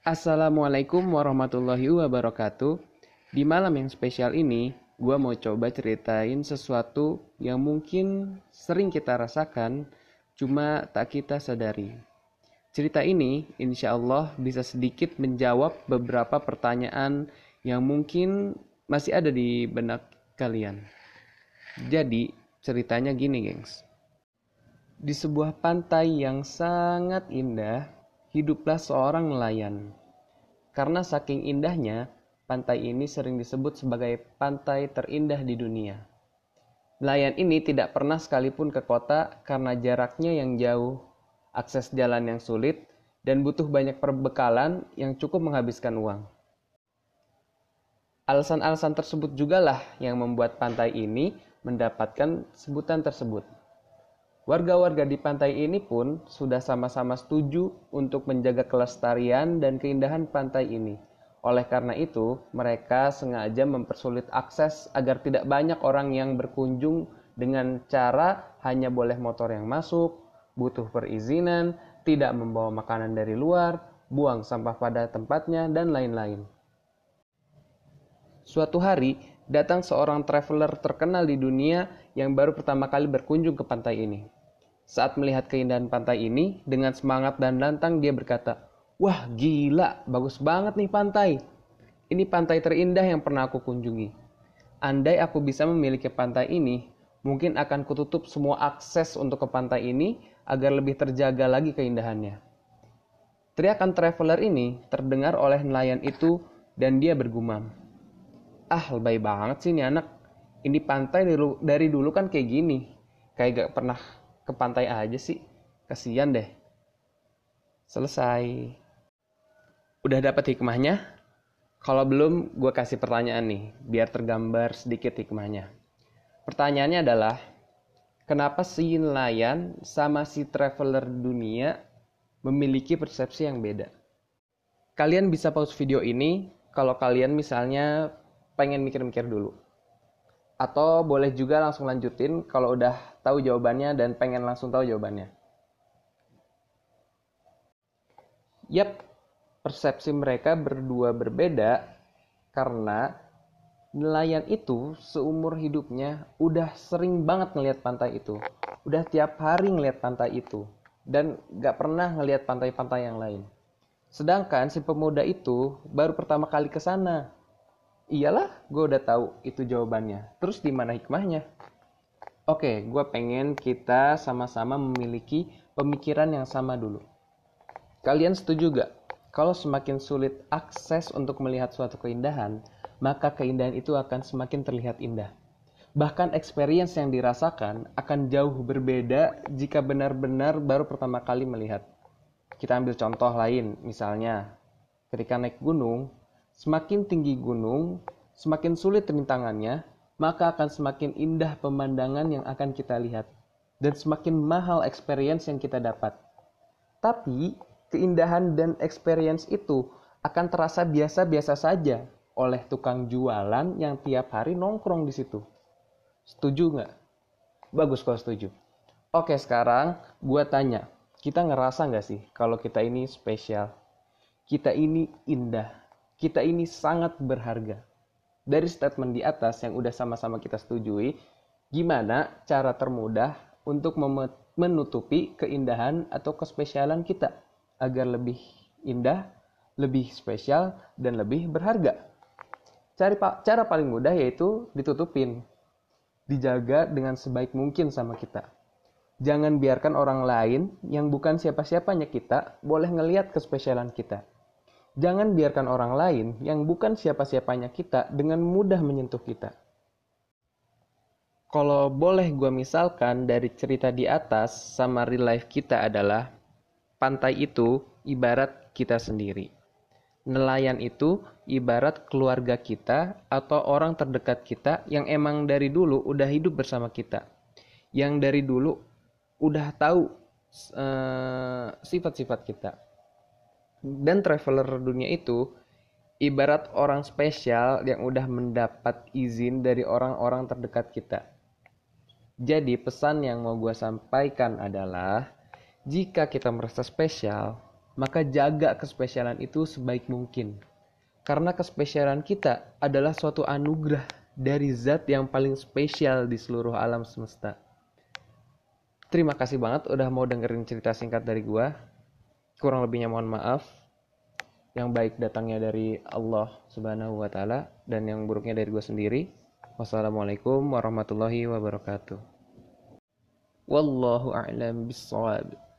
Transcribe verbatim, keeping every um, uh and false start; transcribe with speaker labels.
Speaker 1: Assalamualaikum warahmatullahi wabarakatuh. Di malam yang spesial ini, gue mau coba ceritain sesuatu yang mungkin sering kita rasakan, cuma tak kita sadari. Cerita ini insya Allah bisa sedikit menjawab beberapa pertanyaan yang mungkin masih ada di benak kalian. Jadi, ceritanya gini, gengs. Di sebuah pantai yang sangat indah, hiduplah seorang nelayan. Karena saking indahnya, pantai ini sering disebut sebagai pantai terindah di dunia. Nelayan ini tidak pernah sekalipun ke kota karena jaraknya yang jauh, akses jalan yang sulit, dan butuh banyak perbekalan yang cukup menghabiskan uang. Alasan-alasan tersebut jugalah yang membuat pantai ini mendapatkan sebutan tersebut. Warga-warga di pantai ini pun sudah sama-sama setuju untuk menjaga kelestarian dan keindahan pantai ini. Oleh karena itu, mereka sengaja mempersulit akses agar tidak banyak orang yang berkunjung dengan cara hanya boleh motor yang masuk, butuh perizinan, tidak membawa makanan dari luar, buang sampah pada tempatnya, dan lain-lain. Suatu hari, datang seorang traveler terkenal di dunia yang baru pertama kali berkunjung ke pantai ini. Saat melihat keindahan pantai ini, dengan semangat dan lantang dia berkata, "Wah gila, bagus banget nih pantai. Ini pantai terindah yang pernah aku kunjungi. Andai aku bisa memiliki pantai ini, mungkin akan kututup semua akses untuk ke pantai ini agar lebih terjaga lagi keindahannya." Teriakan traveler ini terdengar oleh nelayan itu dan dia bergumam, "Ah, lebay banget sih ini anak. Ini pantai dari dulu kan kayak gini. Kayak gak pernah ke pantai aja sih. Kasian deh." Selesai. Udah dapat hikmahnya? Kalau belum, gue kasih pertanyaan nih, biar tergambar sedikit hikmahnya. Pertanyaannya adalah, kenapa si nelayan sama si traveler dunia memiliki persepsi yang beda? Kalian bisa pause video ini kalau kalian misalnya pengen mikir-mikir dulu. Atau boleh juga langsung lanjutin kalau udah tahu jawabannya dan pengen langsung tahu jawabannya. Yap, persepsi mereka berdua berbeda karena nelayan itu seumur hidupnya udah sering banget ngelihat pantai itu. Udah tiap hari ngelihat pantai itu. Dan gak pernah ngelihat pantai-pantai yang lain. Sedangkan si pemuda itu baru pertama kali ke sana. Iyalah, gue udah tahu itu jawabannya. Terus di mana hikmahnya? Oke, gue pengen kita sama-sama memiliki pemikiran yang sama dulu. Kalian setuju gak? Kalau semakin sulit akses untuk melihat suatu keindahan, maka keindahan itu akan semakin terlihat indah. Bahkan experience yang dirasakan akan jauh berbeda jika benar-benar baru pertama kali melihat. Kita ambil contoh lain, misalnya ketika naik gunung, semakin tinggi gunung, semakin sulit rintangannya, maka akan semakin indah pemandangan yang akan kita lihat. Dan semakin mahal experience yang kita dapat. Tapi, keindahan dan experience itu akan terasa biasa-biasa saja oleh tukang jualan yang tiap hari nongkrong di situ. Setuju nggak? Bagus kalau setuju. Oke, sekarang gue tanya, kita ngerasa nggak sih kalau kita ini spesial? Kita ini indah. Kita ini sangat berharga. Dari statement di atas yang udah sama-sama kita setujui, gimana cara termudah untuk mem- menutupi keindahan atau kespesialan kita agar lebih indah, lebih spesial, dan lebih berharga? Cari pa- cara paling mudah yaitu ditutupin. Dijaga dengan sebaik mungkin sama kita. Jangan biarkan orang lain yang bukan siapa-siapanya kita boleh ngelihat kespesialan kita. Jangan biarkan orang lain yang bukan siapa-siapanya kita dengan mudah menyentuh kita. Kalau boleh gue misalkan dari cerita di atas sama real life kita adalah pantai itu ibarat kita sendiri. Nelayan itu ibarat keluarga kita atau orang terdekat kita yang emang dari dulu udah hidup bersama kita. Yang dari dulu udah tahu uh, sifat-sifat kita. Dan traveler dunia itu ibarat orang spesial yang udah mendapat izin dari orang-orang terdekat kita. Jadi pesan yang mau gue sampaikan adalah, jika kita merasa spesial, maka jaga kespesialan itu sebaik mungkin. Karena kespesialan kita adalah suatu anugerah dari zat yang paling spesial di seluruh alam semesta. Terima kasih banget udah mau dengerin cerita singkat dari gua. Kurang lebihnya mohon maaf. Yang baik datangnya dari Allah Subhanahu wa taala dan yang buruknya dari gua sendiri. Wassalamualaikum warahmatullahi wabarakatuh. Wallahu a'lam bishawab.